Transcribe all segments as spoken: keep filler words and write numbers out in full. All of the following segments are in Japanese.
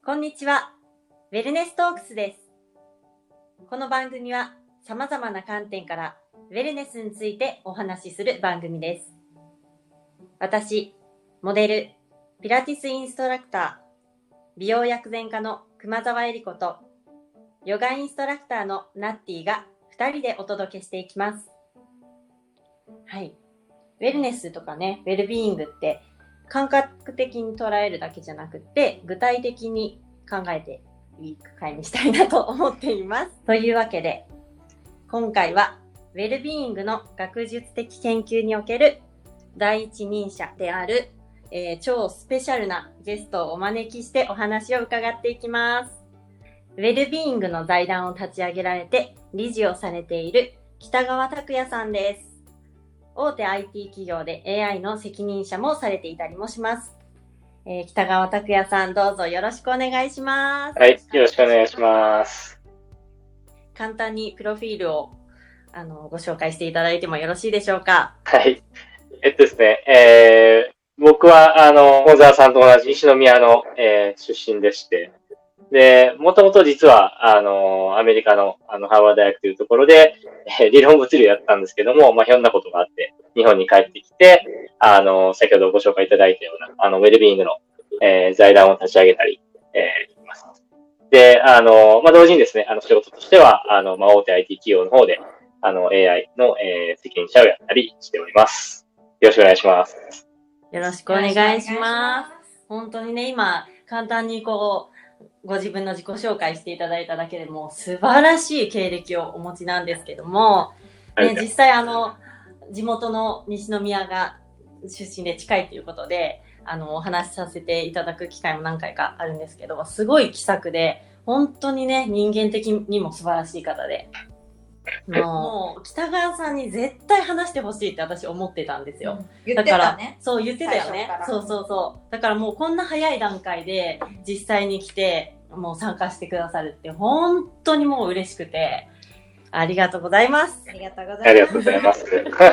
こんにちは。ウェルネストークスです。この番組は様々な観点からウェルネスについてお話しする番組です。私、モデル、ピラティスインストラクター、美容薬膳家の熊沢恵里子と、ヨガインストラクターのナッティがふたりでお届けしていきます。はい。ウェルネスとかね、ウェルビーイングって感覚的に捉えるだけじゃなくて、具体的に考えていく回にしたいなと思っています。というわけで、今回はウェルビーイングの学術的研究における第一人者である、えー、超スペシャルなゲストをお招きしてお話を伺っていきます。ウェルビーイングの財団を立ち上げられて理事をされている北川拓也さんです。大手 アイティー 企業で エーアイ の責任者もされていたりもします。えー、北川拓也さん、どうぞよろしくお願いします。 はい、よろしくお願いします。 簡単にプロフィールをあのご紹介していただいてもよろしいでしょうか。 はい。えっとですね、えー、僕は、あの、小沢さんと同じ西宮の、えー、出身でして、で、もともと実は、あの、アメリカの、あの、ハーバード大学というところで、えー、理論物理をやったんですけども、まあ、ひょんなことがあって、日本に帰ってきて、あの、先ほどご紹介いただいたような、あの、ウェルビーイングの、えー、財団を立ち上げたり、えー、います。で、あの、まあ、同時にですね、あの、仕事としては、あの、まあ、大手 アイティー 企業の方で、あの、エーアイ の、えー、責任者をやったりしております。よろしくお願いします。 よろしくお願いします。本当にね、今、簡単にこう、ご自分の自己紹介していただいただけでも素晴らしい経歴をお持ちなんですけども、ね、はい、実際あの、地元の西宮が出身で近いということで、あの、お話しさせていただく機会も何回かあるんですけど、すごい気さくで、本当にね、人間的にも素晴らしい方で、もう、北川さんに絶対話してほしいって私思ってたんですよ。 うん、言ってたね。 そう、言ってたよね。そうそうそう。だからもうこんな早い段階で実際に来て、もう参加してくださるって本当にもう嬉しくて、ありがとうございます。 ありがとうございます。 ありがとうございます。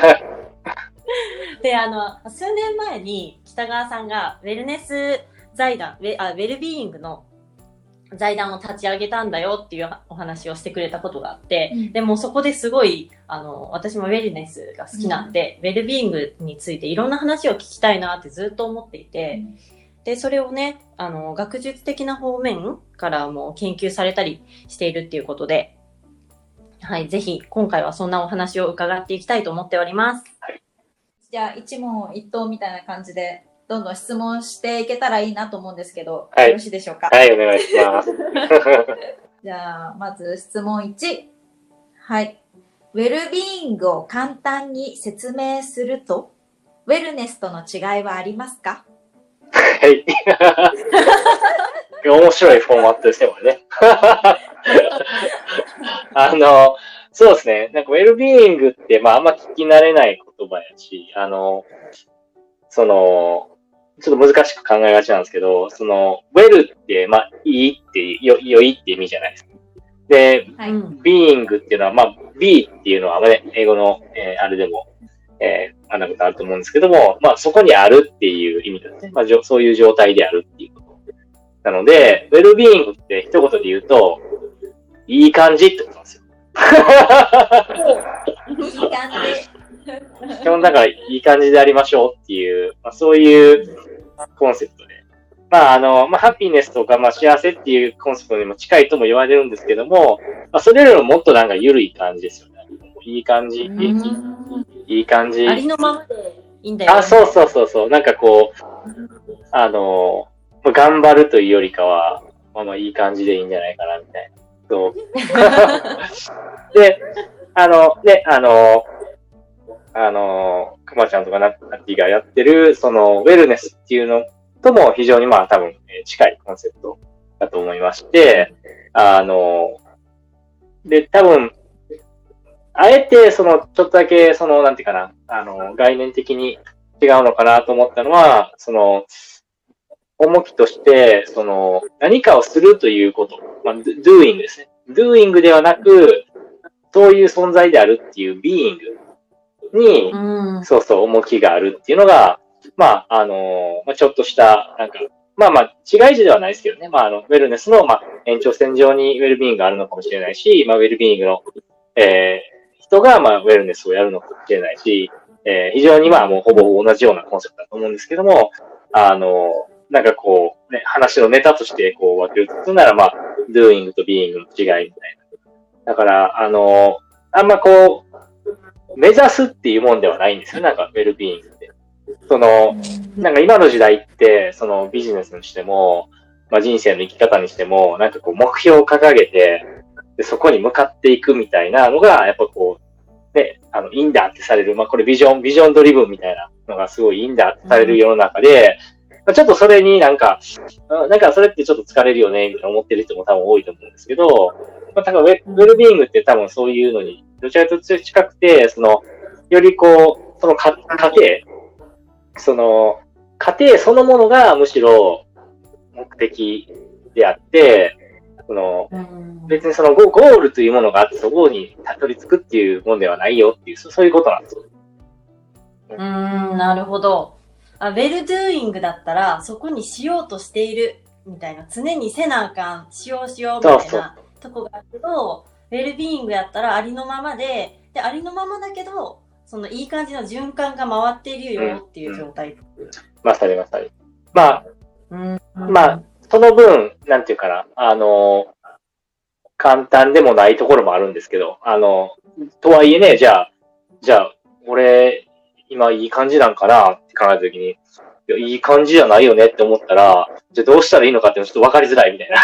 で、あの、数年前に北川さんがウェルネス財団、ウェ、あ、ウェルビーイングの財団を立ち上げたんだよっていうお話をしてくれたことがあって、うん、でもそこですごい、あの、私もウェルネスが好きなんで、うん、ウェルビーイングについていろんな話を聞きたいなってずっと思っていて、うん、で、それをね、あの、学術的な方面からも研究されたりしているっていうことで、はい、ぜひ今回はそんなお話を伺っていきたいと思っております。はい、 じゃあ、一問一答みたいな感じで、どんどん質問していけたらいいなと思うんですけど、 はい、 よろしいでしょうか。 はい、お願いします。 じゃあ、まず質問いち。はい。ウェルビーイングを簡単に説明すると、ウェルネスとの違いはありますか？ はい。面白いフォーマットですね、これね。あの、そうですね。なんかウェルビーイングって、まああんま聞き慣れない言葉やし、あの、その、ちょっと難しく考えがちなんですけど、その、ウェルって、まあ、いいって、よ、良いって意味じゃないですか。で、はい、ビーイングっていうのは、まあ、be っていうのは、ね、英語の、えー、あれでも、えー、学んだことあると思うんですけども、まあ、そこにあるっていう意味ですね。まあ、そういう状態であるっていうこと。なので、ウェルビーイングって一言で言うと、いい感じってことなんですよ。 いい感じ。 基本だからいい感じでありましょうっていう、まあ、そういうコンセプトで。まああの、まあハピネスとか、まあ幸せっていうコンセプトにも近いとも言われるんですけども、まあそれよりももっとなんか緩い感じですよね。いい感じ、いい感じ。 ありのままでいいんだよ、ね。 あ、そうそうそうそう。なんかこう、あの、頑張るというよりかは、あの、いい感じでいいんじゃないかな、みたいな。そう。で、あの、ね、あの、あの、くまちゃんとかナッティがやってる、その、ウェルネスっていうのとも非常にまあ多分近いコンセプトだと思いまして、あの、で、多分、あえてその、ちょっとだけその、なんていうかな、あの、概念的に違うのかなと思ったのは、その、重きとして、その、何かをするということ、まあ、doing ですね。doing ではなく、そういう存在であるっていう being。に、うん、そうそう、重きがあるっていうのが、まあ、あの、まあ、ちょっとした、なんか、 まあまあ、違い値ではないですけどね。まあ、あの、ウェルネスの、まあ、延長線上にウェルビーイングがあるのかもしれないし、まあ、ウェルビーイングの、えー、人が、まあ、ウェルネスをやるのかもしれないし、えー、非常にまあ、もうほぼ同じようなコンセプトだと思うんですけども、あの、なんかこう、ね、話のネタとしてこう分けるとするなら、まあ、doing と being の違いみたいな。だから、あの、あんまこう、目指すっていうもんではないんですよ。なんか、ウェルビーイングって。その、なんか今の時代って、そのビジネスにしても、まあ人生の生き方にしても、なんかこう目標を掲げて、でそこに向かっていくみたいなのが、やっぱこう、ね、あの、いいんだってされる、まあこれビジョン、ビジョンドリブンみたいなのがすごいいいんだってされる世の中で、まあ、ちょっとそれになんか、なんかそれってちょっと疲れるよね、みたいな思ってる人も多分多いと思うんですけど、まあ、多分ウェウェルビーイングって多分そういうのに、どちらかというと近くて、その、よりこう、その家家庭、その、家庭そのものがむしろ目的であって、その、別にそのゴールというものがあってそこにたどり着くっていうものではないよっていう、そういうことなんですよ。 うーん、なるほど。あ、ウェルドゥーイングだったら、そこにしようとしているみたいな、常にせなあかん、しようしようみたいなそうそうとこがあるけど、ウェルビーイングやったらありのままで、で、ありのままだけど、そのいい感じの循環が回っているよっていう状態。 うんうん、まさにまさに。まあ、 うん、 まあ、その分、なんていうかな、あの、簡単でもないところもあるんですけど、あの、とはいえね、じゃあ、じゃあ、俺、今いい感じなんかなって考えたときに、いや、いい感じじゃないよねって思ったら、じゃあどうしたらいいのかっていうのちょっと分かりづらいみたいな。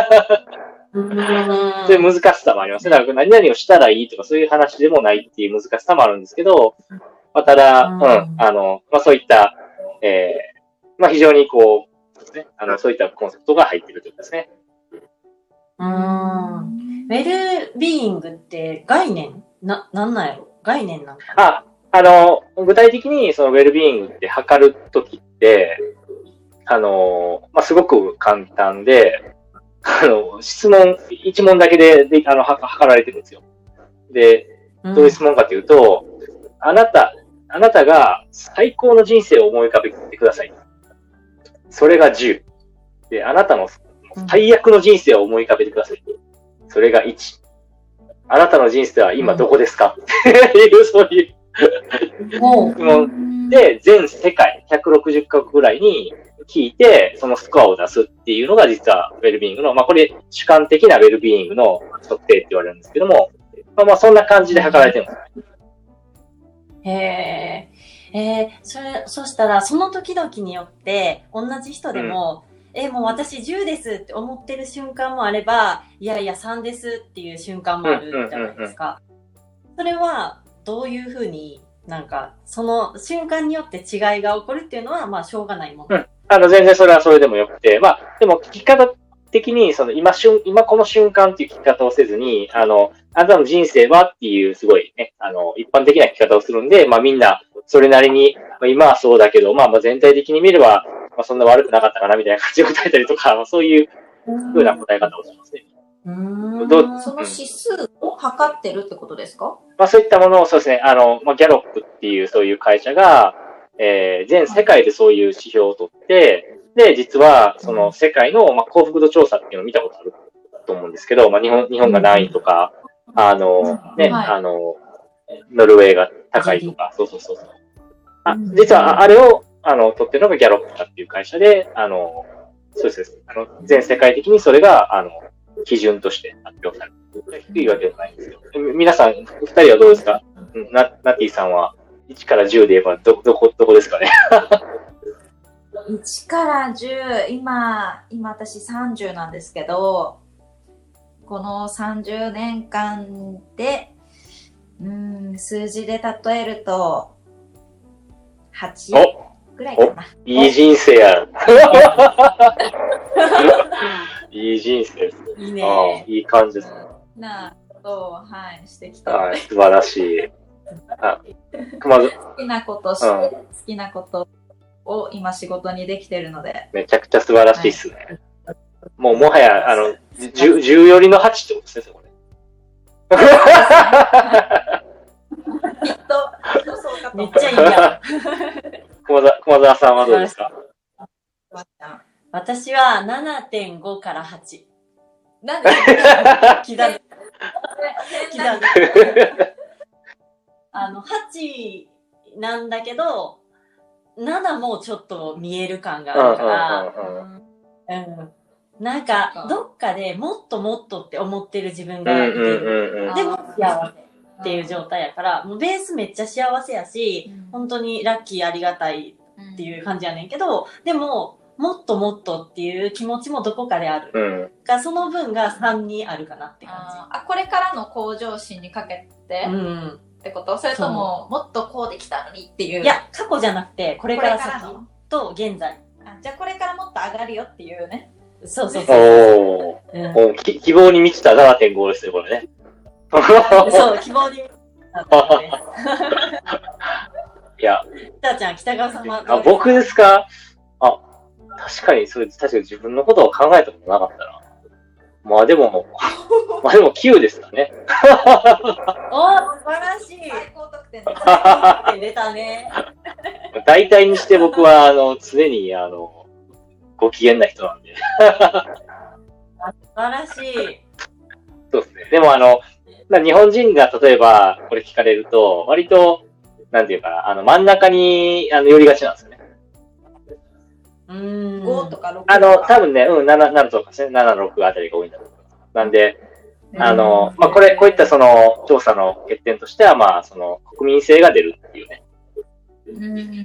そういう難しさもありますね。だから何々をしたらいいとかそういう話でもないっていう難しさもあるんですけど、まあ、ただ、うん、あの、まあそういった、えー、まあ非常にこう、ですね、あの、そういったコンセプトが入っているということですね。 うーん。ウェルビーイングって概念な、なんなんやろ概念なんかなあ、あの、具体的にそのウェルビーイングって測るときって、あの、まあ、すごく簡単で、あの、質問、一問だけで、で、あの、は、測られてるんですよ。で、どういう質問かというと、うん、あなた、あなたが最高の人生を思い浮かべてください。それがじゅう。で、あなたの最悪の人生を思い浮かべてください。それがいち。あなたの人生は今どこですか、うん、っていう、そういう質問で、全世界ひゃくろくじゅっカ国ぐらいに聞いて、そのスコアを出すっていうのが実はウェルビーイングの、まあこれ主観的なウェルビーイングの測定って言われるんですけども、まあまあそんな感じで測られてるんです。 へえ。えー、それ、そしたらその時々によって同じ人でも、うん、え、もう私じゅうですって思ってる瞬間もあれば、いやいやさんですっていう瞬間もあるじゃないですか。それはどういうふうになんか、その瞬間によって違いが起こるっていうのは、まあ、しょうがないもの。 うん。あの、全然それはそれでもよくて、まあ、でも聞き方的に、その今瞬、今この瞬間っていう聞き方をせずに、あの、あなたの人生はっていうすごいね、あの、一般的な聞き方をするんで、まあみんな、それなりに、まあ、今はそうだけど、まあまあ全体的に見れば、まあそんな悪くなかったかなみたいな感じで答えたりとか、まあ、そういう風な答え方をしますね。 うーんどうその指数を測ってるってことですか？ まあそういったものを、そうですね、あの、まあギャロップっていうそういう会社が、えー、全世界でそういう指標を取って、で、実は、その世界の、まあ、幸福度調査っていうのを見たことあると思うんですけど、まあ日本、日本が何位とか、あの、ね、はい、あの、ノルウェーが高いとか、そうそうそうそう。あ、実はあれを、あの、取ってるのがギャロップだっていう会社で、あの、そうです。あの、全世界的にそれが、あの、基準として発表される。低いわけではないんですよ。皆さん、二人はどうですか？な、ナティさんはいちからじゅうで言えば、ど、どこ、どこですかね？ いちからじゅう、今、今私さんじゅうなんですけど、このさんじゅうねんかんで、うん、数字で例えると、はちぐらいかな。 いい人生や。いい人生です。 いいね。 いい感じですね。 なことを、はい、してきた。 はい、素晴らしい。あ、熊津。 好きなことして、うん、好きなことを今仕事にできてるので。 めちゃくちゃ素晴らしいっすね。はい、もうもはや、あの、じゅうよりのはちってことですね、これ。 きっと、きっとそうかと。 めっちゃいいや。 熊沢、熊沢さんはどうですか？ 私は ななてんご からはち。 なんで刻んで。刻んで。あの、はちなんだけど、ななもちょっと見える感があるから、 うんうんうんうんうんなんか、どっかでもっともっとって思ってる自分がいてる。でも幸せっていう状態やから、もうベースめっちゃ幸せやし、うん、本当にラッキーありがたいっていう感じやねんけど、でも、もっともっとっていう気持ちもどこかである。うん、がその分がさんにあるかなって感じ。 ああ、これからの向上心にかけて、うん、ってこと？それとも、もっとこうできたのにっていう。 いや、過去じゃなくて、これから先と現在。 あ、じゃあこれからもっと上がるよっていうね。 そうそうそう。 おー、うん、き希望に満ちた ななてんご ですね、これね。 そう、希望に満ちたです。 いや。 北ちゃん、北川さんはあ、僕ですか？あ、確かに、それ、確かに自分のことを考えたことなかったな。まあでも、まあでもきゅうですかね。 おー、素晴らしい。 最高得点だ。最高得点出たね。 大体にして僕は、あの、常に、あの、ご機嫌な人なんで。 素晴らしい。 そうですね。でもあの、日本人が例えばこれ聞かれると、割と、なんていうかな、あの、真ん中に、あの、寄りがちなんですよね。 うーん。ごとかろくあの、多分ね、うん、なな、ななとかですね。なな、ろくあたりが多いんだと思います。なんで、あの、まあ、これ、こういったその、調査の欠点としては、まあ、その、国民性が出るっていうね。 うん、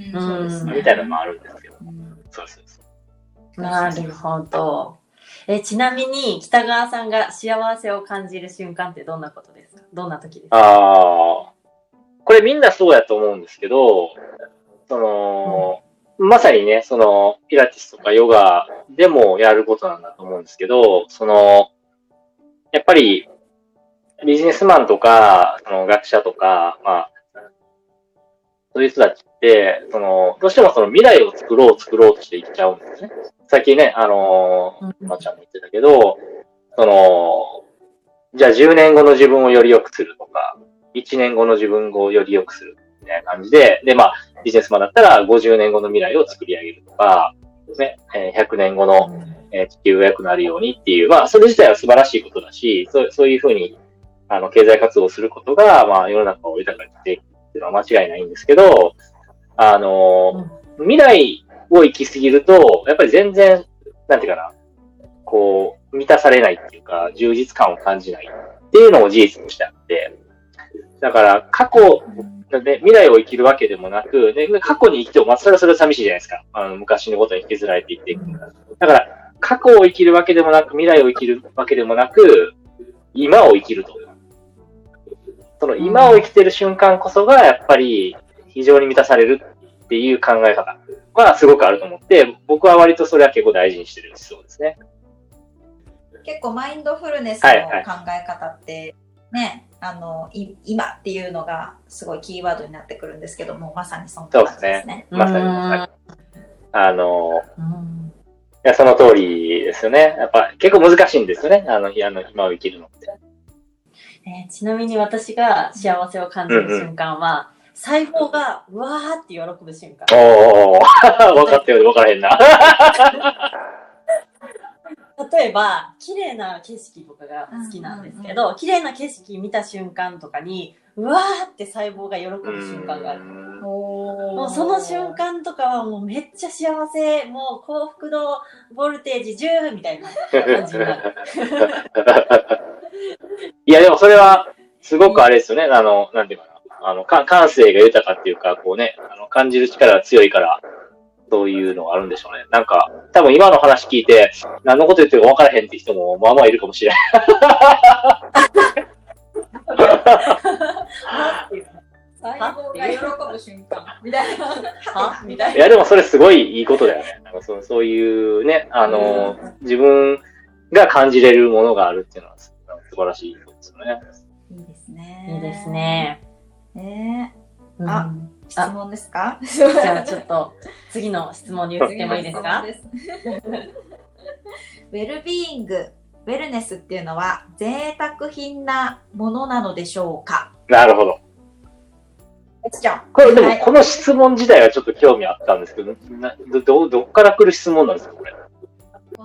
そうですね。 みたいなのもあるんですけど。そうです。 なるほど。え、ちなみに、北川さんが幸せを感じる瞬間ってどんなことですか？どんな時ですか？ ああ、これみんなそうやと思うんですけど、その、うん、まさにね、その、ピラティスとかヨガでもやることなんだと思うんですけど、その、やっぱり、ビジネスマンとか、その学者とか、まあ、そういう人たちって、その、どうしてもその未来を作ろう作ろうとしていっちゃうんですね。さっきね、あのー、まっちゃんも言ってたけど、その、じゃあじゅうねんごの自分をより良くするとか、いちねんごの自分をより良くするみたいな感じで、で、まあ、ビジネスマンだったらごじゅうねんごの未来を作り上げるとか、ね、ひゃくねんごの地球が良くなるようにっていう、まあ、それ自体は素晴らしいことだし、そう、そういうふうに、あの、経済活動をすることが、まあ、世の中を豊かにしていくっていうのは間違いないんですけど、あの、未来を生きすぎると、やっぱり全然、なんていうかな、こう、満たされないっていうか、充実感を感じないっていうのも事実としてあって、だから過去、で未来を生きるわけでもなく、で過去に生きても、まあ、それはそれは寂しいじゃないですか。あの昔のことに引きずられていっていく。だから、過去を生きるわけでもなく、未来を生きるわけでもなく、今を生きると。その今を生きてる瞬間こそが、やっぱり非常に満たされるっていう考え方はすごくあると思って、僕は割とそれは結構大事にしてる思想ですね。 結構マインドフルネスの考え方って、ね、はいはい、あの、い今っていうのがすごいキーワードになってくるんですけども、まさにその通りですね。そうですね。 まさにまさに。あの、いや、その通りですよね。やっぱ結構難しいんですよね。あの、あの今を生きるのって。 えー、ちなみに私が幸せを感じる瞬間は、うんうん、細胞がうわーって喜ぶ瞬間。 おー、分かったようで分からへんな。 例えば、綺麗な景色とかが好きなんですけど、うんうんうん、綺麗な景色見た瞬間とかに、うわーって細胞が喜ぶ瞬間がある。もうその瞬間とかはもうめっちゃ幸せ、もう幸福度ボルテージじゅうみたいな感じになる。 いやでもそれはすごくあれですよね。あの、なんていうかな。あの、か感性が豊かっていうか、こうね、あの感じる力が強いから、そういうのがあるんでしょうね。なんか、多分今の話聞いて、何のこと言ってるか分からへんって人も、まあまあいるかもしれない。 細胞が喜ぶ瞬間みたいな。はみたいな。 いやでもそれすごいいいことだよね。なんかそう、そういうね、あの、自分が感じれるものがあるっていうのは素晴らしいことですよね。 いいですね。 いいですね。 えー、あ、うん、質問ですか？ じゃあちょっと次の質問に移ってもいいですか？ ウェルビーイング、ウェルネスっていうのは贅沢品なものなのでしょうか？ なるほど。これでもこの質問自体はちょっと興味あったんですけど、などどどっから来る質問なんですかこれ？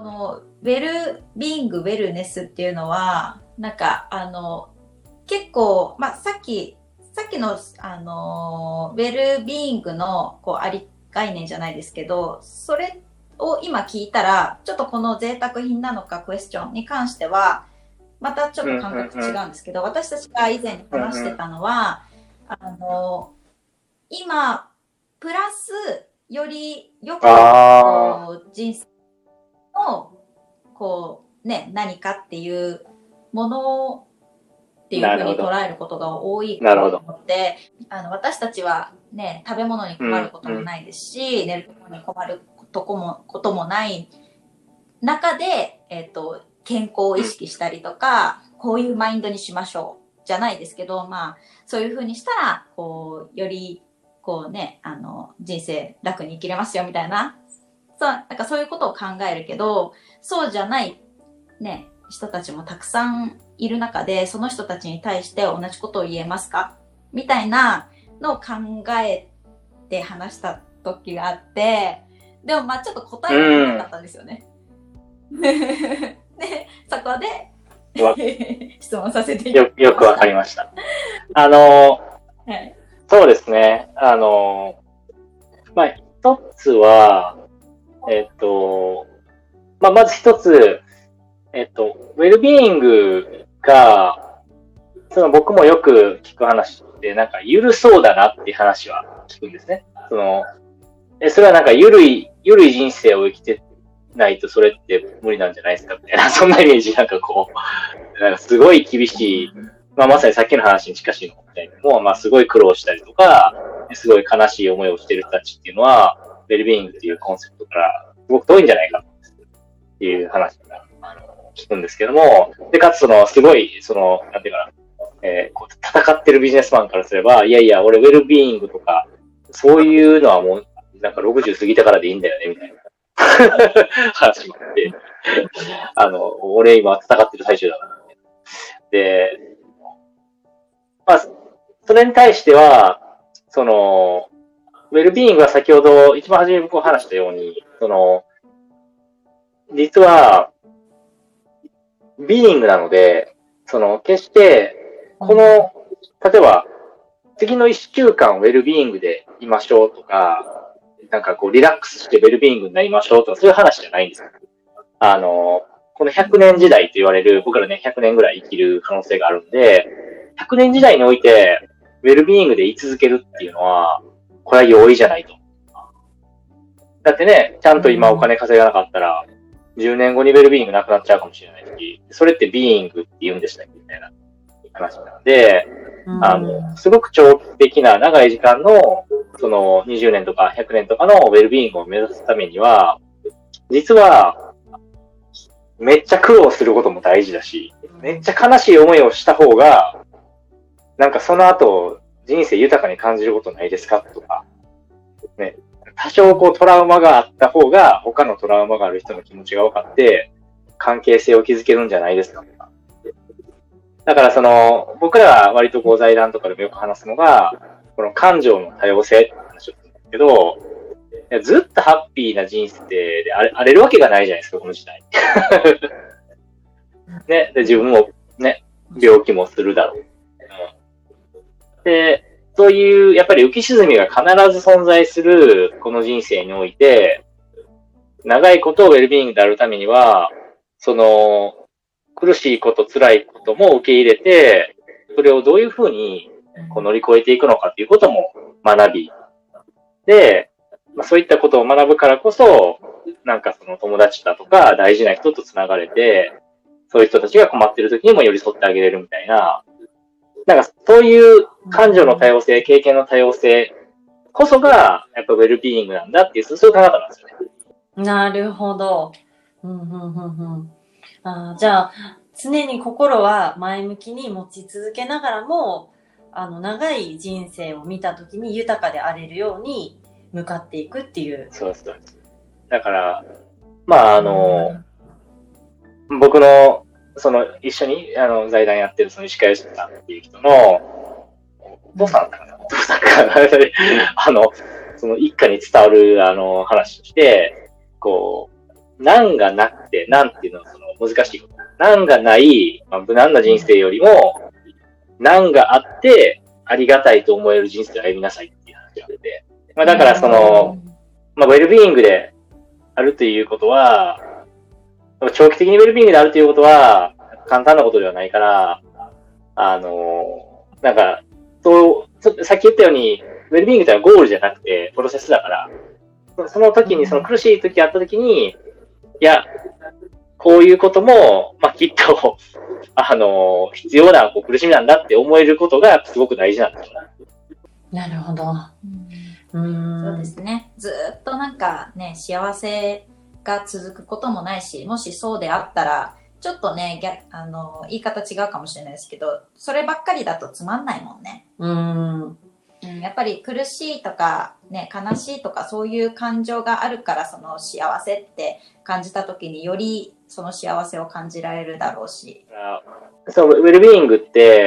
のウェルビーイングウェルネスっていうのはなんかあの結構、まあ、さっきさっきの、あのウェルビーイングのこうあり概念じゃないですけど、それを今聞いたらちょっとこの贅沢品なのかクエスチョンに関してはまたちょっと感覚違うんですけど、うんうんうん、私たちが以前に話してたのは、うんうん、あの今プラスよりよくこう人生のこうね何かっていうものっていうふうに捉えることが多いと思って、あの私たちはね食べ物に困ることもないですし、うん、寝るところに困るとこもこともない中で、えっと健康を意識したりとか、うん、こういうマインドにしましょうじゃないですけど、まあそういうふうにしたらこうよりこうねあの人生楽に生きれますよみたいな、そうなんかそういうことを考えるけど、そうじゃないね人たちもたくさんいる中で、その人たちに対して同じことを言えますかみたいなのを考えて話した時があって、でもまあちょっと答えがなかったんですよね。うん、でそこで質問させていただきました。 よ、よくわかりました。あの、はい、そうですね。あの、まあ一つは、えっと、まあまず一つ、えっと、ウェルビーイングが、その僕もよく聞く話で、なんか緩そうだなっていう話は聞くんですね。その、え、それはなんか緩い、緩い人生を生きてないとそれって無理なんじゃないですかみたいな、そんなイメージなんかこう、なんかすごい厳しい、まあまさにさっきの話に近しいのみたいなのも、まあすごい苦労したりとか、すごい悲しい思いをしてる人たちっていうのは、ウェルビーイングっていうコンセプトからすごく遠いんじゃないかっていう話が聞くんですけども、で、かつその、すごい、その、なんていうかな、えー、こう戦ってるビジネスマンからすれば、いやいや、俺ウェルビーイングとか、そういうのはもう、なんかろくじゅう過ぎたからでいいんだよね、みたいな話もあって、あの、俺今戦ってる最中だから。で、まあ、それに対しては、その、ウェルビーイングは先ほど一番初めに僕が話したように、その、実は、ビーイングなので、その、決して、この、例えば、次の一週間ウェルビーイングでいましょうとか、なんかこう、リラックスしてウェルビーイングになりましょうとか、そういう話じゃないんですよ。あの、このひゃくねん時代と言われる、僕らね、ひゃくねんぐらい生きる可能性があるんで、ひゃくねん時代において、ウェルビーイングで居続けるっていうのは、これは容易じゃないと。だってね、ちゃんと今お金稼がなかったら、じゅうねんごにウェルビーイングなくなっちゃうかもしれないし、それってビーイングって言うんでしたっけみたいな話なので、あの、すごく長期的な長い時間の、そのにじゅうねんとかひゃくねんとかのウェルビーイングを目指すためには、実は、めっちゃ苦労することも大事だし、めっちゃ悲しい思いをした方が、なんかその後、人生豊かに感じることないですかとか、ね、多少こうトラウマがあった方が、他のトラウマがある人の気持ちが分かって、関係性を築けるんじゃないですかとか。だからその、僕らは割とこう財団とかでもよく話すのが、この感情の多様性って話をするんですけど、ずっとハッピーな人生で荒れ、荒れるわけがないじゃないですか、この時代。ね、で、自分もね、病気もするだろう。うん、で、そういう、やっぱり浮き沈みが必ず存在する、この人生において、長いことをウェルビーイングであるためには、その、苦しいこと、辛いことも受け入れて、それをどういうふうにこう乗り越えていくのかっていうことも学び。で、まあ、そういったことを学ぶからこそ、なんかその友達だとか大事な人と繋がれて、そういう人たちが困ってる時にも寄り添ってあげれるみたいな、なんかそういう感情の多様性、経験の多様性こそが、やっぱウェルビーイングなんだっていう、そういう考え方なんですよね。 なるほど。うんうんうんうん、あ、じゃあ、常に心は前向きに持ち続けながらも、あの、長い人生を見たときに豊かであれるように向かっていくっていう。 そうそう。だから、まあ、あの、うん、僕の、その、一緒に、あの、財団やってる、その石川義さんっていう人の、お父さんだったかなお父さんかなあの、その一家に伝わる、あの、話として、こう、 難がなくて、難っていうのはその難しいこと。難がない、まあ、無難な人生よりも、難があって、ありがたいと思える人生を歩みなさいっていう話があって。まあ、だからその、まあ、ウェルビーイングであるということは、長期的にウェルビーイングであるということは、簡単なことではないから、あの、なんか、そう、さっき言ったように、ウェルビーイングというのはゴールじゃなくて、プロセスだから、その時に、その苦しい時あった時に、いや、こういうことも、まあ、きっと、あの、必要なこう苦しみなんだって思えることがすごく大事なんだよな。なるほど。 うん、そうですね。ずーっとなんかね、幸せが続くこともないし、もしそうであったら、ちょっとね、逆あの、言い方違うかもしれないですけど、そればっかりだとつまんないもんね。 うん。 うん、やっぱり苦しいとか、ね、悲しいとかそういう感情があるから、その幸せって感じた時によりその幸せを感じられるだろうし。 そう、ウェルビーイングって、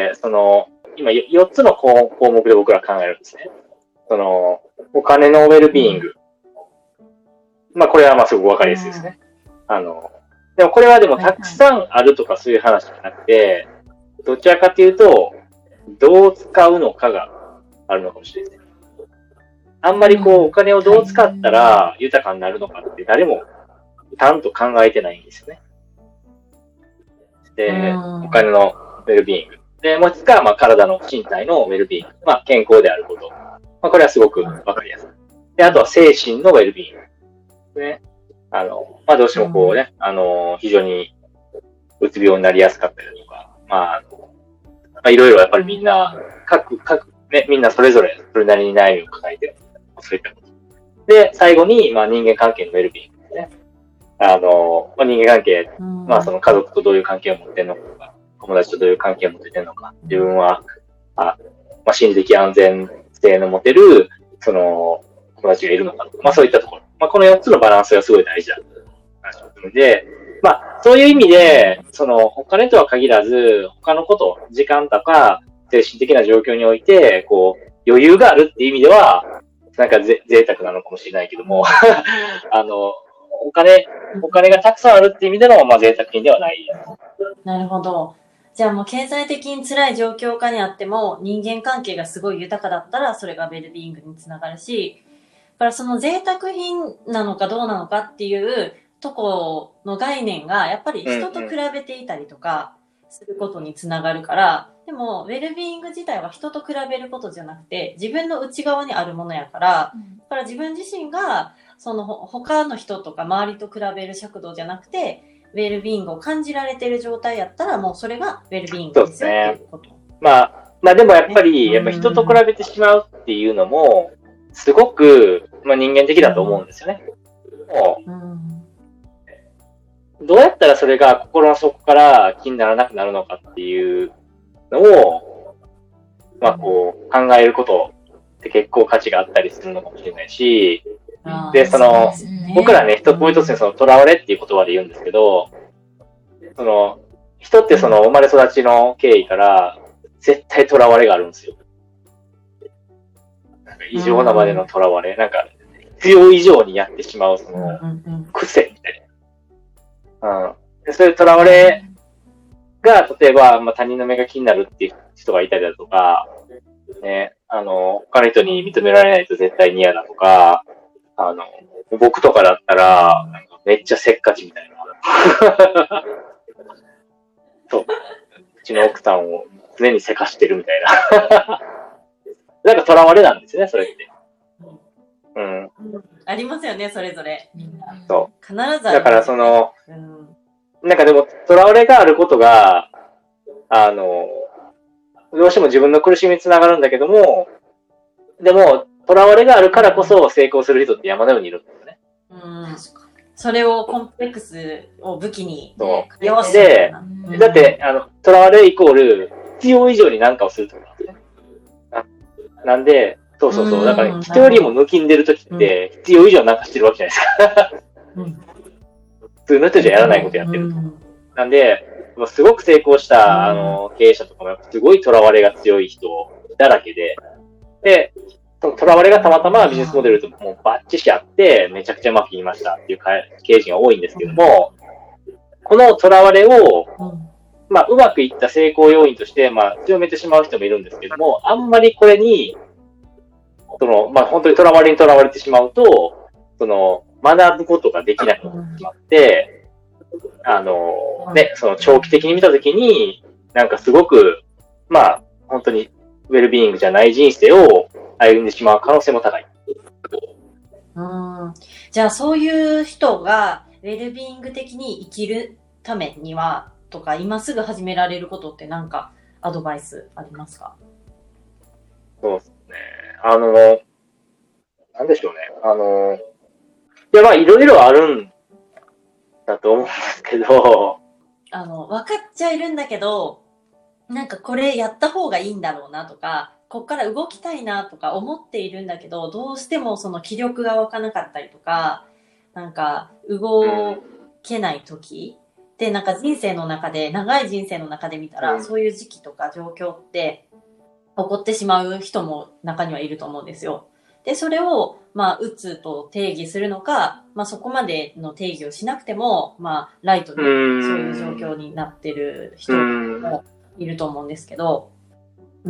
その、今よっつの項目で僕ら考えるんですね。その、お金のウェルビーイング。まあこれはまあすごくわかりやすいですね。うん、あの、でもこれはでもたくさんあるとかそういう話じゃなくて、どちらかというと、どう使うのかがあるのかもしれないですね。あんまりこうお金をどう使ったら豊かになるのかって誰もちゃんと考えてないんですよね。で、お金のウェルビーイング。で、もう一つがまあ体の身体のウェルビーイング。まあ健康であること。まあこれはすごくわかりやすい。で、あとは精神のウェルビーイング。ね。あの、まあどうしてもこうね、あの、非常にうつ病になりやすかったりとか、まあ、あのまあいろいろやっぱりみんな、各、各、ね、みんなそれぞれそれなりに悩みを抱えてる。そういったこと。で、最後に、まあ人間関係のウェルビーイングですね。あの、まあ、人間関係、まあその家族とどういう関係を持ってるのか、友達とどういう関係を持ってるのか、自分は、あまあ、心理的安全性の持てる、その、友達がいるのかとか、まあそういったところ。まあこのよっつのバランスがすごい大事だと話をするので、まあそういう意味で、その、お金とは限らず、他のこと、時間とか、精神的な状況において、こう、余裕があるっていう意味では、なんかぜ贅沢なのかもしれないけども、あの、お金、お金がたくさんあるっていう意味での、まあ、贅沢品ではない。 なるほど。じゃあもう経済的に辛い状況下にあっても、人間関係がすごい豊かだったら、それがウェルビーイングにつながるし、だからその贅沢品なのかどうなのかっていうとこの概念が、やっぱり人と比べていたりとかすることにつながるから、でも、ウェルビーイング自体は人と比べることじゃなくて、自分の内側にあるものやから、だから自分自身が、その他の人とか周りと比べる尺度じゃなくて、ウェルビーイングを感じられてる状態やったら、もうそれがウェルビーイングですよっていうこと。 まあ、まあでもやっぱり、やっぱ人と比べてしまうっていうのも、すごく、まあ人間的だと思うんですよね。もう、どうやったらそれが心の底から気にならなくなるのかっていうのを、まあこう、考えることって結構価値があったりするのかもしれないし、で、その、僕らね、一つもう一つにその、囚われっていう言葉で言うんですけど、その、人ってその、生まれ育ちの経緯から、絶対囚われがあるんですよ。なんか異常なまでの囚われ、なんか、必要以上にやってしまう、その、癖みたいな。うん。で、そういう囚われが、例えば、まあ、他人の目が気になるっていう人がいたりだとか、ね、あの、他の人に認められないと絶対に嫌だとか、あの、僕とかだったら、なんかめっちゃせっかちみたいな。そう。うちの奥さんを常にせかしてるみたいな。なんか囚われなんですよね、それって。うん。 ありますよね、それぞれ。 そう。 必ずある。 だからその、うん、なんかでも、囚われがあることが、あの、どうしても自分の苦しみにつながるんだけども、でも、囚われがあるからこそ成功する人って山のようにいるんですよね。 うん。それをコンプレックスを武器に。 そう。で、うん、だって、あの、囚われイコール、必要以上に何かをするってことなんですね。なんで、そうそうそう。だから、人よりも抜きんでるときって、必要以上なんかしてるわけじゃないですか。うん、普通の人じゃやらないことやってると。うん、なんで、すごく成功した、あの、経営者とかも、すごい囚われが強い人だらけで、で、 その囚われがたまたまビジネスモデルともうバッチし合って、めちゃくちゃうまくいきましたっていう経営陣が多いんですけども、この囚われを、まあ、うまくいった成功要因として、まあ、強めてしまう人もいるんですけども、あんまりこれに、その、まあ、本当に囚われに囚われてしまうと、その、学ぶことができなくなってしまって、あの、ね、その長期的に見たときに、なんかすごく、まあ、本当にウェルビーイングじゃない人生を歩んでしまう可能性も高い。 うん。じゃあ、そういう人が、ウェルビーイング的に生きるためには、とか、今すぐ始められることってなんか、アドバイスありますか？ そうですね。あの、なんでしょうね。あの、いや、まあ、いろいろあるんだと思うんですけど、 あの、分かっちゃいるんだけど、なんかこれやった方がいいんだろうなとか、こっから動きたいなとか思っているんだけど、どうしてもその気力が湧かなかったりとか、なんか動けない時で、なんか人生の中で、長い人生の中で見たら、そういう時期とか状況って起こってしまう人も中にはいると思うんですよ。で、それを、まあ、うつと定義するのか、まあ、そこまでの定義をしなくても、まあ、ライトでそういう状況になってる人もいると思うんですけど、うん、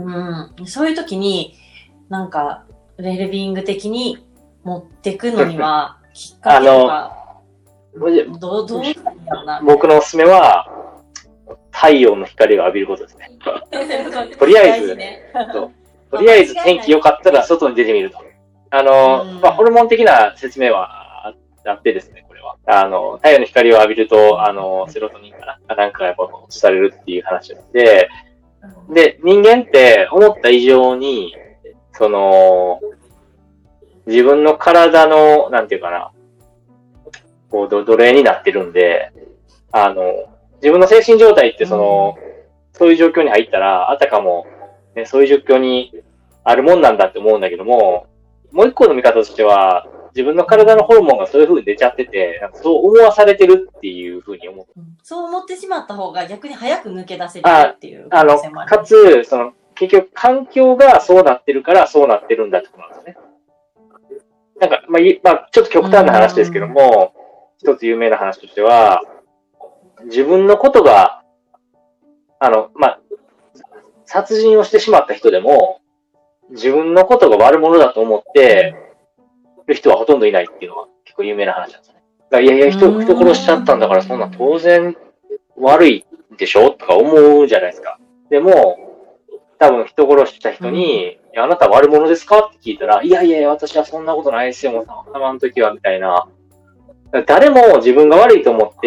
そういう時に、なんか、ウェルビーイング的に持っていくのには、きっかけとか、どう、どうしたらいいんだろうな。 僕のおすすめは、太陽の光を浴びることですね。とりあえず、ね、とりあえず天気良かったら外に出てみると。あの、まあ、ホルモン的な説明はあってですね、これは。あの、太陽の光を浴びると、あの、セロトニンかななんかやっぱ落ちされるっていう話なので、で、人間って思った以上に、その、自分の体の、なんていうかな、こう、奴隷になってるんで、あの、自分の精神状態ってその、そういう状況に入ったら、あたかも、ね、そういう状況にあるもんなんだって思うんだけども、もう一個の見方としては、自分の体のホルモンがそういう風に出ちゃってて、なんかそう思わされてるっていう風に思う。 そう思ってしまった方が逆に早く抜け出せるっていう可能性もある。あの、かつ、その、結局環境がそうなってるからそうなってるんだってことなんですね。なんか、まあ、まあ、ちょっと極端な話ですけども、一つ有名な話としては、自分のことが、あの、まあ、殺人をしてしまった人でも、自分のことが悪者だと思ってる人はほとんどいないっていうのは結構有名な話なんですね。だからいやいや人、人殺しちゃったんだからそんな当然悪いでしょとか思うじゃないですか。でも、多分人殺した人に、いやあなた悪者ですかって聞いたら、いやいやいや私はそんなことないですよ、もうたまたまの時はみたいな。誰も自分が悪いと思って、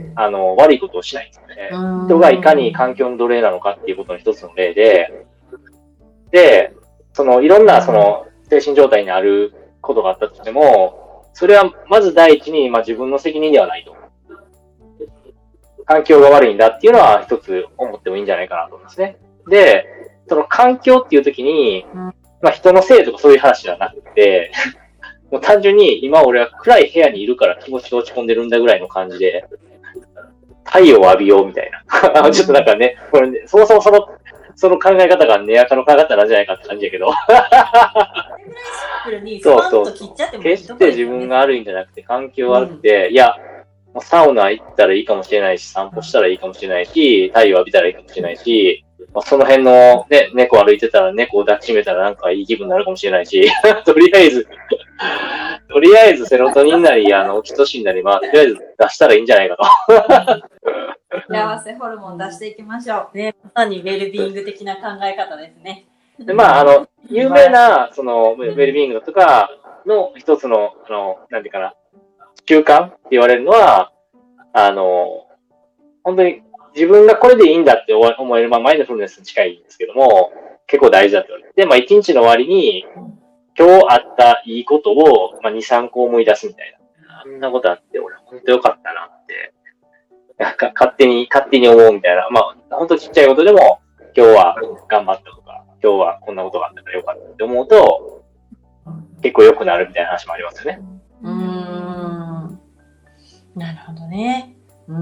あの、悪いことをしないんですよね。人がいかに環境の奴隷なのかっていうことの一つの例で、で、その、いろんな、その、精神状態にあることがあったとしても、それは、まず第一に、まあ自分の責任ではないと。環境が悪いんだっていうのは一つ思ってもいいんじゃないかなと思いますね。で、その環境っていう時に、まあ人のせいとかそういう話じゃなくて、もう単純に今俺は暗い部屋にいるから気持ちが落ち込んでるんだぐらいの感じで、太陽を浴びようみたいな。ちょっとなんかね、これね、そもそもその、その考え方がネアカの考え方なんじゃないかって感じだけど。そうそう。決して自分が悪いんじゃなくて環境が悪くて、うん、いや、サウナ行ったらいいかもしれないし、散歩したらいいかもしれないし、太陽浴びたらいいかもしれないし、まあ、その辺のね、猫歩いてたら猫を抱きしめたらなんかいい気分になるかもしれないし、とりあえず、とりあえずセロトニンなり、あの、オキシトシンなり、まあ、とりあえず出したらいいんじゃないかと。 幸せホルモン出していきましょう。 ね、まさにウェルビーイング的な考え方ですね。 で、まあ、あの、有名な、その、ウェルビーイングとかの一つの、あの、なんていうかな、習慣って言われるのは、あの、本当に自分がこれでいいんだって思える、まあ、マインドフルネスに近いんですけども、結構大事だって言われて、で、まあ、一日の終わりに、今日あったいいことを、まあ、に、さんこ思い出すみたいな。あんなことあって、俺、本当よかったなって、なんか勝手に、勝手に思うみたいな。まあ、本当ちっちゃいことでも、今日は頑張ったとか、今日はこんなことがあったからよかったって思うと、結構良くなるみたいな話もありますよね。 うーん。なるほどね。うん。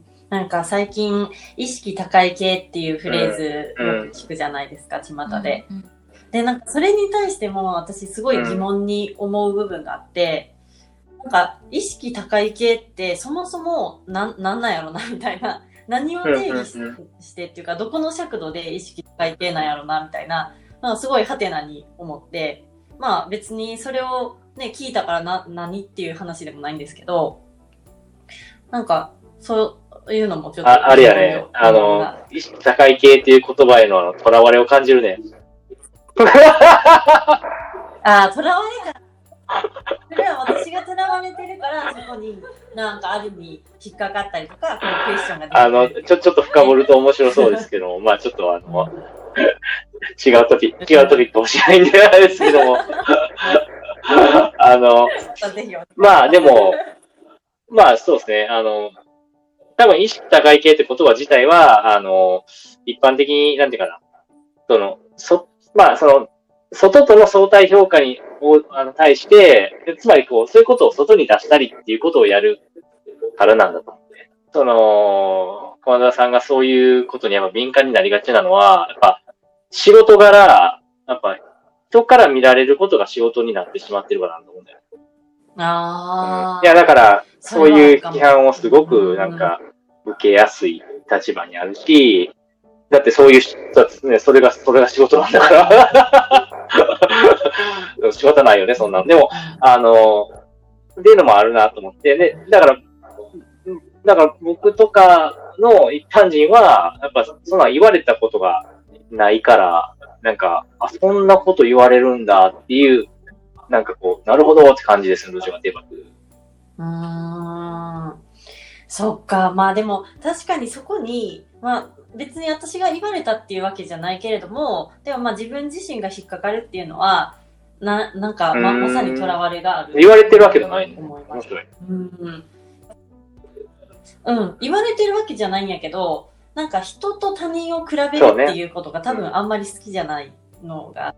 なんか最近、意識高い系っていうフレーズよく聞くじゃないですか、巷で。 で、なんかそれに対しても私すごい疑問に思う部分があって、うん、なんか意識高い系ってそもそもなん、なんなんやろなみたいな。何を定義し、うんうんうん、してっていうか、どこの尺度で意識高い系なんやろなみたいな、まあ、すごいハテナに思って、まあ別にそれをね、聞いたからな、何っていう話でもないんですけど、なんか、そういうのもちょっと。 あ、あれやね。あの、意識高い系っていう言葉への囚われを感じるね。 ああ、囚われか。それは私が囚われてるから、そこになんかある意味引っかかったりとか、このクエスチョンが出てくる。 あの、ちょ、ちょっと深掘ると面白そうですけども、まあちょっとあの、違うトピック、違うトピックかもしれないんであれですけども。あの、まあでも、まあそうですね、あの、多分意識高い系って言葉自体は、あの、一般的に、なんていうかな、その、そ、まあその、外との相対評価に、あの、対して、つまりこう、そういうことを外に出したりっていうことをやるからなんだと思って。その、駒田さんがそういうことにやっぱ敏感になりがちなのは、やっぱ、仕事柄、やっぱ、人から見られることが仕事になってしまってるからなんだと思うんだよ。 ああ、 うん。いや、だから、そういう批判をすごく、なんか、受けやすい立場にあるし、だってそういう人たちね、それが、それが仕事なんだから。仕事ないよね、そんなの。でも、あの、っていうのもあるなと思って、で、だから、だから僕とかの一般人は、やっぱそんな言われたことがないから、なんか、あ、そんなこと言われるんだっていう、なんかこう、なるほどって感じですね、どっちかって言えば。 うーん。そっか。まあでも、確かにそこに、まあ別に私が言われたっていうわけじゃないけれども、でもまあ自分自身が引っかかるっていうのは、な、なんか、ま、まさに囚われがある。 言われてるわけじゃないの。面白い。 うん。うん。言われてるわけじゃないんやけど、なんか人と他人を比べるっていうことが多分あんまり好きじゃないのがあって、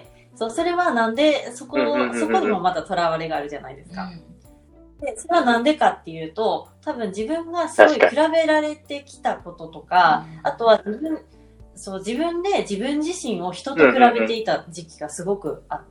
そう、それはなんで、そこ、そこにもまた囚われがあるじゃないですか。で、それはなんでかっていうと、多分自分がすごい比べられてきたこととか、あとは自分、そう、自分で自分自身を人と比べていた時期がすごくあって、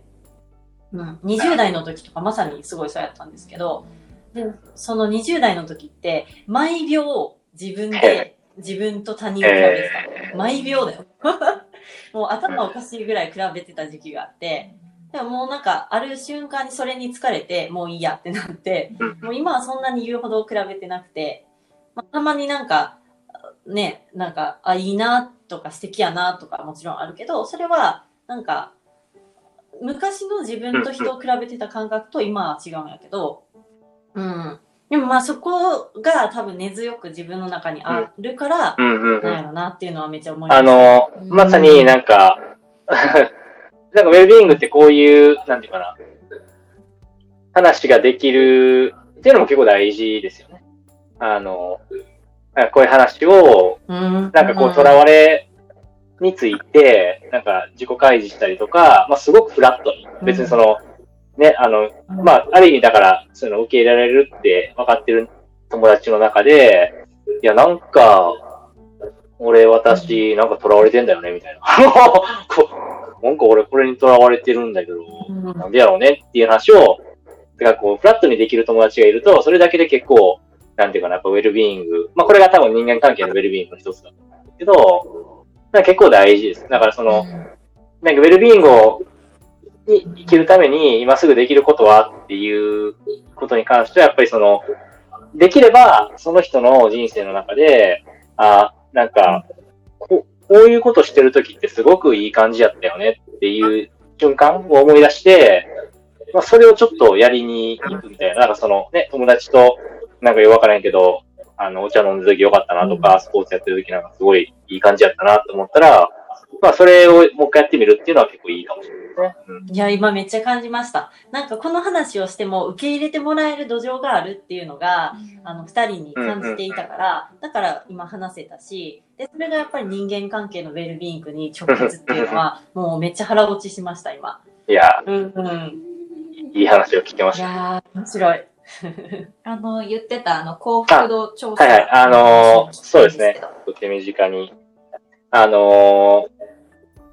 うん、にじゅう代の時とかまさにすごいそうやったんですけど、で、そのにじゅう代の時って、毎秒自分で自分と他人を比べてた。毎秒だよ。もう頭おかしいぐらい比べてた時期があって、でももうなんか、ある瞬間にそれに疲れて、もういいやってなって、もう今はそんなに言うほど比べてなくて、まあ、たまになんか、ね、なんか、あ、いいなとか素敵やなとかもちろんあるけど、それは、なんか、昔の自分と人を比べてた感覚と今は違うんやけど、うん。でもまあそこが多分根強く自分の中にあるから、なんやろなっていうのはめっちゃ思います。 あの、まさになんか、なんかウェルビーイングってこういう、なんていうかな、話ができるっていうのも結構大事ですよね。あの、こういう話を、なんかこう、囚われについて、なんか自己開示したりとか、まあすごくフラットに、別にその、ね、あの、まあ、ある意味だから、そういうのを受け入れられるって分かってる友達の中で、いや、なんか、俺、私、なんか囚われてんだよね、みたいな。なんか俺これに囚われてるんだけど、なんでやろうねっていう話を、てかこう、フラットにできる友達がいると、それだけで結構、なんていうかな、やっぱウェルビーイング。まあこれが多分人間関係のウェルビーイングの一つだと思うんですけど、なんか結構大事です。だからその、なんかウェルビーイングを、に生きるために今すぐできることはっていうことに関しては、やっぱりその、できればその人の人生の中で、あ、なんか、ここういうことしてるときってすごくいい感じやったよねっていう瞬間を思い出して、まあそれをちょっとやりに行くみたいな、なんかそのね、友達となんかよくわからんけど、あの、お茶飲んでるときよかったなとか、スポーツやってるときなんかすごいいい感じやったなと思ったら、まあそれをもう一回やってみるっていうのは結構いいかもしれないですね。 うん、いや、今めっちゃ感じました。なんかこの話をしても受け入れてもらえる土壌があるっていうのが、うん、あの、二人に感じていたから、うんうん、だから今話せたし、で、それがやっぱり人間関係のウェルビーイングに直結っていうのは、もうめっちゃ腹落ちしました、今。 いや、 うんうん、 いい話を聞けました。 いやー、面白い。 あの、言ってた、あの、幸福度調査。 はいはい、あのー、そうですね。とても身近に。あのー、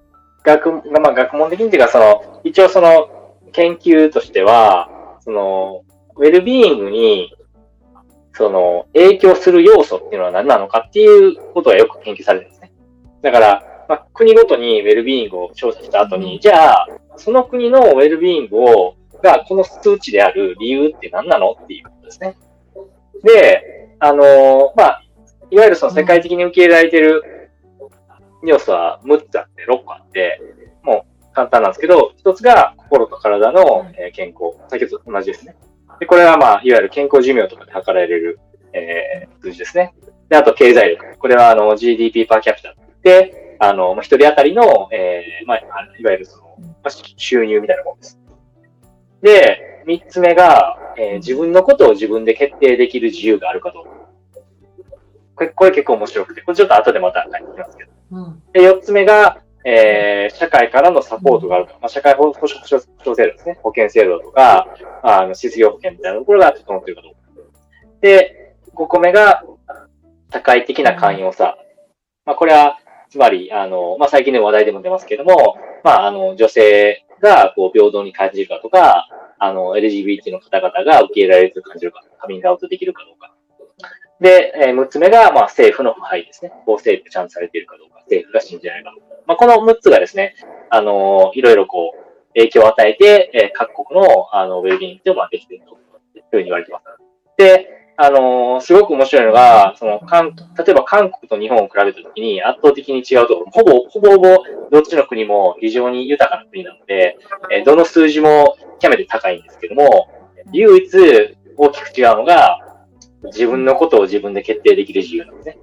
学、まあ学問的にっていうか、その、一応その、研究としては、その、ウェルビーイングに、その、影響する要素っていうのは何なのかっていうことがよく研究されてるんですね。だから、まあ、国ごとにウェルビーイングを調査した後に、じゃあ、その国のウェルビーイングを、が、この数値である理由って何なのっていうことですね。で、あのー、まあ、いわゆるその世界的に受け入れられている要素はむっつあって、ろっこあって、もう簡単なんですけど、一つが心と体の健康。先ほどと同じですね。で、これはまあ、いわゆる健康寿命とかで測られる、えー、数字ですね。で、あと経済力。これはあの ジーディーピー パーキャピタで、あの、一人当たりの、えー、まあ、いわゆるその、収入みたいなものです。で、三つ目が、えー、自分のことを自分で決定できる自由があるかどうか。これ、これ結構面白くて、これちょっと後でまた書いてきますけど。うん、で、四つ目が、えー、社会からのサポートがあるか。まあ、社会保障制度ですね。保険制度とか、あの、失業保険みたいなところが整っているかどうか。で、五個目が、社会的な寛容さ。まあ、これは、つまり、あの、まあ、最近の話題でも出ますけども、まあ、あの、女性が、こう、平等に感じるかとか、あの、エルジービーティー の方々が受け入れられると感じるか、カミングアウトできるかどうか。で、えー、六つ目が、まあ、政府の腐敗ですね。法制度ちゃんとされているかどうか、政府が信じられるかどうか。まあ、この六つがですね、あのー、いろいろこう、影響を与えて、えー、各国の、あの、ウェルビーイングというのができているというふうに言われています。で、あのー、すごく面白いのが、その、韓、例えば韓国と日本を比べたときに圧倒的に違うところ、ほぼ、ほぼほぼ、どっちの国も非常に豊かな国なので、えー、どの数字も極めて高いんですけども、唯一大きく違うのが、自分のことを自分で決定できる自由なんですね。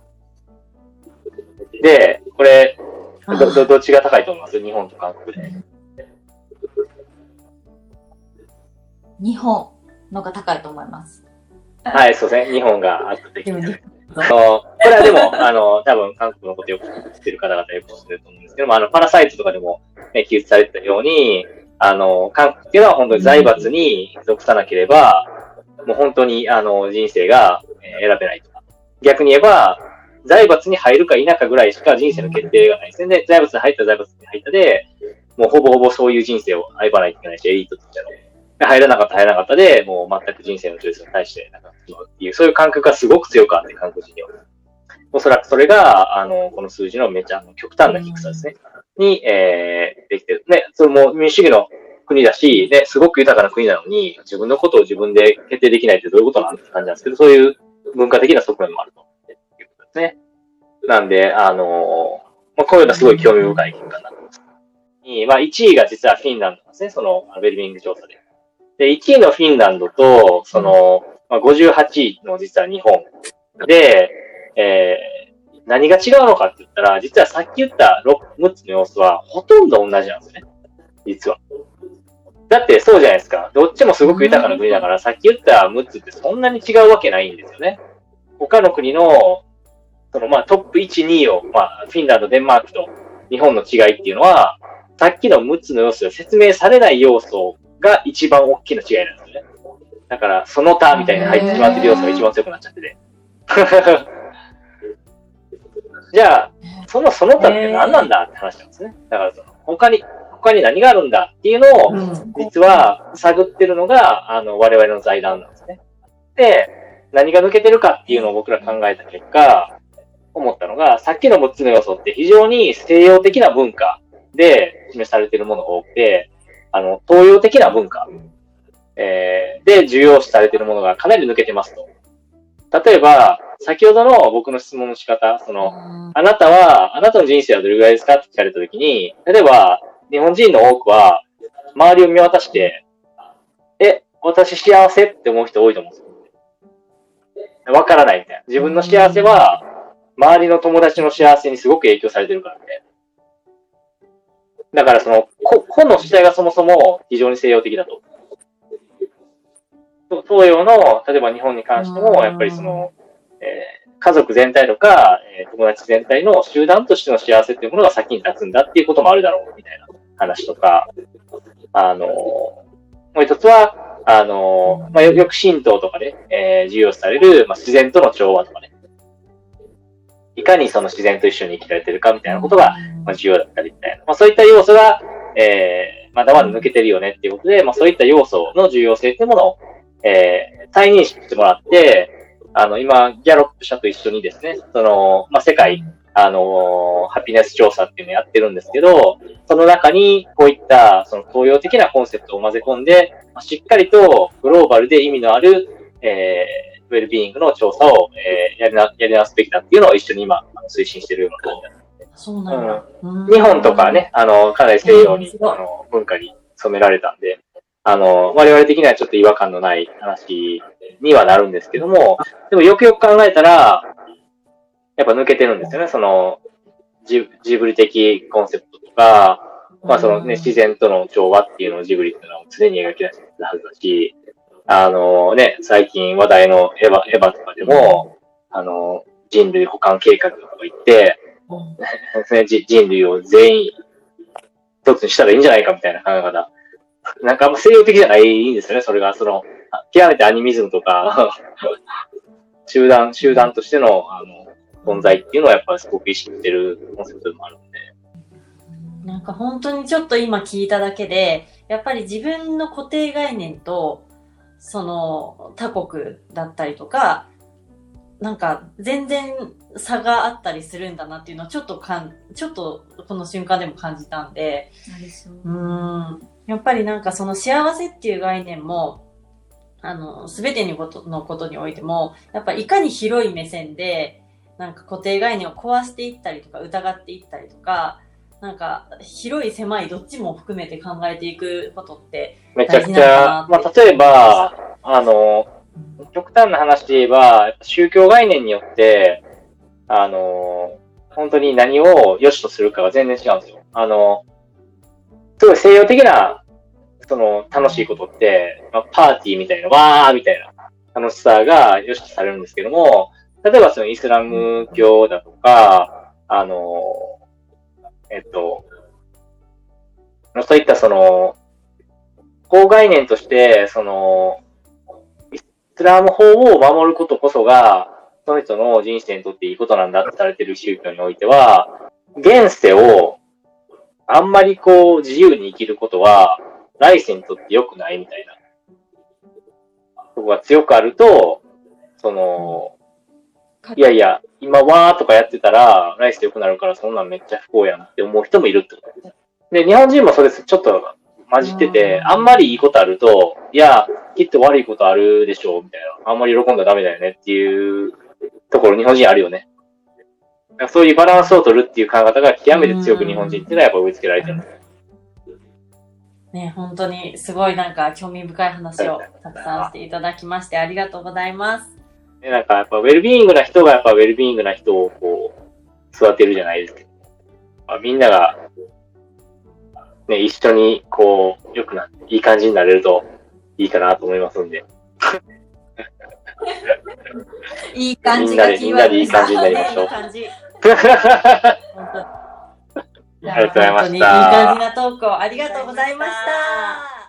で、これ、ど、ど、どっちが高いと思います？日本と韓国で。 日本のが高いと思います。 はい、そうですね。日本が圧倒的に。これはでも、あの、多分韓国のことよく知ってる方々よく知ってると思うんですけども、あの、パラサイトとかでも、ね、記述されてたように、あの、韓国っていうのは本当に財閥に属さなければ、もう本当に、あの、人生が選べないとか。逆に言えば、財閥に入るか否かぐらいしか人生の決定がないですね。で、財閥に入った財閥に入ったで、もうほぼほぼそういう人生を歩まないといけないし、エリートとしての。入らなかった入らなかったで、もう全く人生のチョイスに対してなくなってしまうっていう、そういう感覚がすごく強くあって、韓国人には。おそらくそれが、あの、この数字のめちゃ極端な低さですね。に、えー、できてる。ね、それも民主主義の国だし、ね、すごく豊かな国なのに、自分のことを自分で決定できないってどういうことなんて感じなんですけど、そういう文化的な側面もあるということですね。なんで、あの、まあ、こういうのはすごい興味深い結果になってます。まあ、いちいが実はフィンランドなんですね、その、ウェルビーイング調査で。で、いちいのフィンランドと、その、まあ、ごじゅうはちいの実は日本で、えー、何が違うのかって言ったら、実はさっき言ったむっつの要素はほとんど同じなんですよね。実は。だってそうじゃないですか。どっちもすごく豊かな国だから、さっき言ったむっつってそんなに違うわけないんですよね。他の国の、そのまあトップいち、にいを、まあフィンランド、デンマークと日本の違いっていうのは、さっきのむっつの要素で説明されない要素が一番大きな違いなんですよね。だから、その他みたいに入ってしまってる要素が一番強くなっちゃってて。じゃあ、そのその他って何なんだって話なんですね。だからその、他に、他に何があるんだっていうのを、実は探ってるのが、あの、我々の財団なんですね。で、何が抜けてるかっていうのを僕ら考えた結果、思ったのが、さっきのむっつの要素って非常に西洋的な文化で示されているものが多くて、あの、東洋的な文化、えー、で重要視されているものがかなり抜けてますと。例えば、先ほどの僕の質問の仕方、その、あなたは、あなたの人生はどれぐらいですかって聞かれたときに、例えば、日本人の多くは、周りを見渡して、え、私幸せって思う人多いと思うんですよ。わからないみたいな。自分の幸せは、周りの友達の幸せにすごく影響されてるからみたいな。だからその、個、個の主体がそもそも非常に西洋的だと。東洋の、例えば日本に関しても、やっぱりその、えー、家族全体とか、えー、友達全体の集団としての幸せっていうものが先に立つんだっていうこともあるだろう、みたいな話とか、あのー、もう一つは、あのー、まあ、よく神道とかで、えー、重要視される、まあ、自然との調和とかね。 いかにその自然と一緒に生きられてるかみたいなことが、まあ、重要だったりみたいな。まあ、そういった要素が、えー、まだまだ抜けてるよねっていうことで、まあ、そういった要素の重要性っていうものを、えー、再認識してもらって、あの、今、ギャロップ社と一緒にですね、その、まあ、世界、あのー、ハピネス調査っていうのをやってるんですけど、その中にこういったその東洋的なコンセプトを混ぜ込んで、しっかりとグローバルで意味のある、えー、ウェルビーイングの調査を、えー、やりな、やり直すべきだっていうのを一緒に今推進しているような感じなんですね。 そうなんだ。 うん、日本とかね、あの、かなり西洋に、あの、文化に染められたんで、あの、我々的にはちょっと違和感のない話にはなるんですけども、でもよくよく考えたら、やっぱ抜けてるんですよね。その、ジ, ジブリ的コンセプトとか、まあそのね、自然との調和っていうのをジブリっていうのは常に描き出してたはずだし、あのね、最近話題のエヴァ、エヴァとかでも、あの、人類補完計画とか言って、人類を全員一つにしたらいいんじゃないかみたいな考え方。なんかあんま西洋的じゃないんですよね、それが。その、極めてアニミズムとか、集団、集団としての、あの、存在っていうのはやっぱりすごく意識してるコンセプトでもあるんで。 なんか本当にちょっと今聞いただけで、やっぱり自分の固定概念と、その他国だったりとか、なんか全然差があったりするんだなっていうのをちょっとかん、ちょっとこの瞬間でも感じたんで、うーん、やっぱりなんかその幸せっていう概念も、あの、すべてのことのことにおいても、やっぱいかに広い目線で、なんか固定概念を壊していったりとか疑っていったりとか、なんか広い狭いどっちも含めて考えていくことってめちゃくちゃ、まあ例えば、あの、極端な話で言えば、宗教概念によって、あの、本当に何を良しとするかが全然違うんですよ。あの、すごい西洋的な、その楽しいことって、まあ、パーティーみたいな、わーみたいな楽しさが良しとされるんですけども、例えばそのイスラム教だとか、あの、えっと、そういったその、法概念として、その、イスラム法を守ることこそが、その人の人生にとっていいことなんだってされている宗教においては、現世をあんまりこう自由に生きることは、来世にとって良くないみたいな。そこが強くあると、その、いやいや、今わーとかやってたら、来世良くなるからそんなんめっちゃ不幸やんって思う人もいるってことですね。で、日本人もそれちょっと混じってて、あんまりいいことあると、いや、きっと悪いことあるでしょう、みたいな。あんまり喜んだらダメだよねっていうところ日本人あるよね。そういうバランスを取るっていう考え方が極めて強く日本人っていうのはやっぱ植え付けられてるんです。 ね、本当にすごいなんか興味深い話をたくさんしていただきましてありがとうございます。 ね、なんかやっぱウェルビーイングな人がやっぱウェルビーイングな人をこう育てるじゃないですけど、まあ、みんながね、一緒にこう良くなっていい感じになれるといいかなと思いますんで。 いい感じがキーワードですね。 みんなでいい感じになりましょう。 本当にありがとうございました。 本当にいい感じなトークをありがとうございました。